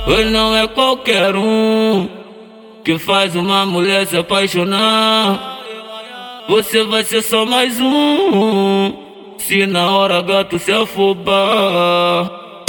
Pois não é qualquer um que faz uma mulher se apaixonar. Você vai ser só mais um se na hora gato se afobar.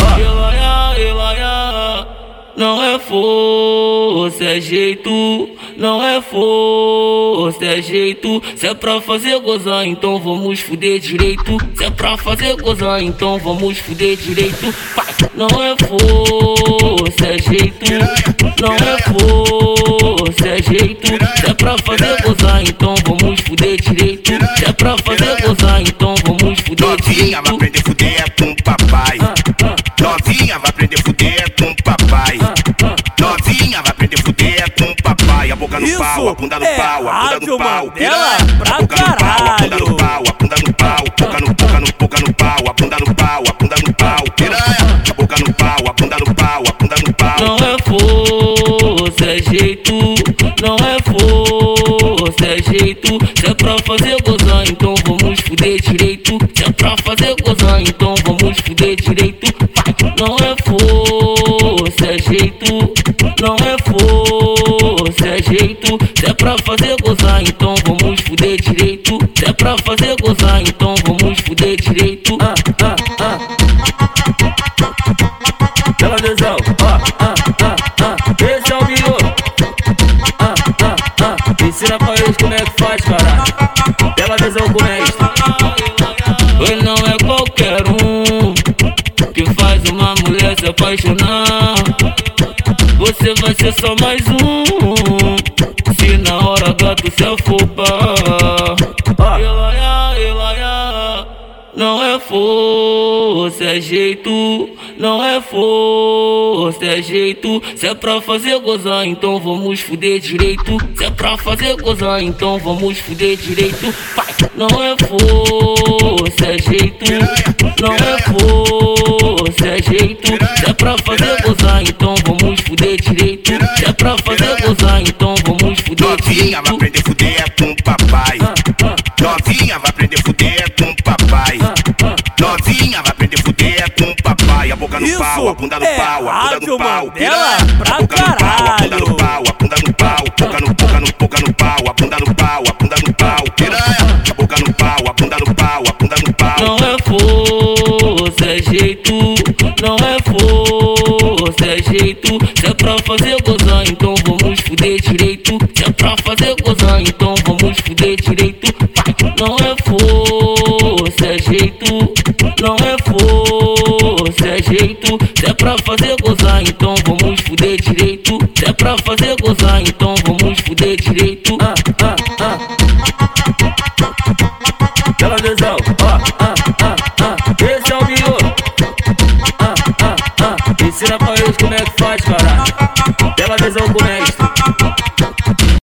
Elaia, não é força, é jeito. Não é força, é jeito. Se é pra fazer gozar, então vamos fuder direito. Se é pra fazer gozar, então vamos fuder direito. Não é força, é jeito. Não é força, é jeito. Se é pra fazer gozar, então vamos fuder direito. Se é pra fazer gozar, então vamos fuder direito. Novinha vai aprender a fuder com papai. Novinha vai aprender a fuder com papai. Novinha vai aprender a fuder com papai. A boca no pau, a bunda no pau, a bunda no pau. A boca no pau, a bunda no pau, a bunda no pau. Boca no pau, a bunda no pau, a bunda no pau. A boca no pau, a bunda no pau, a bunda no pau. Não é força, é jeito. Não é força, é jeito. Se é pra fazer gozar, então vamos fuder direito. Se é pra fazer gozar, então vamos fuder direito. Não é força, é jeito. Não é força, é jeito. Se é pra fazer gozar, então vamos fuder direito. Se é pra fazer gozar, então vamos fuder direito. Pela visão, esse é o Bio. Ensina pra eles como é que faz, caralho. Pela visão com o mestre. Pois não é qualquer um que faz uma mulher se apaixonar. Você vai ser só mais um se na hora gato se afobar. Elaia, não é força, é jeito. Não é força, é jeito. Se é pra fazer gozar, então vamos fuder direito. Se é pra fazer gozar, então vamos fuder direito. Não é força, é jeito. Não é força, é jeito. Se é pra fazer gozar, então vamos fuder direito. Se é pra fazer gozar, então vamos fuder direito. Novinha vai aprender a fuder com papai. Novinha vai aprender a fuder com papai. Novinha vai aprender a fuder com papai. A boca no pau, a bunda no pau, a bunda no pau. A boca no pau, a bunda no pau, a bunda no pau. Boca no pau, a bunda no pau, a bunda no pau. A boca no pau, a bunda no pau, a bunda no pau. Não é força, é jeito. Não é força, é jeito. Se é pra fazer gozar, então vamos fuder direito. Se é pra fazer gozar, então vamos fuder direito. Não é força, é jeito. Não é força, é jeito. Se é pra fazer gozar, então vamos fuder direito. Se é pra fazer gozar, então vamos fuder direito. Pela visão, esse é o Bio. Ensina pra eles como é que faz, caralho. Pela visão com o mestre.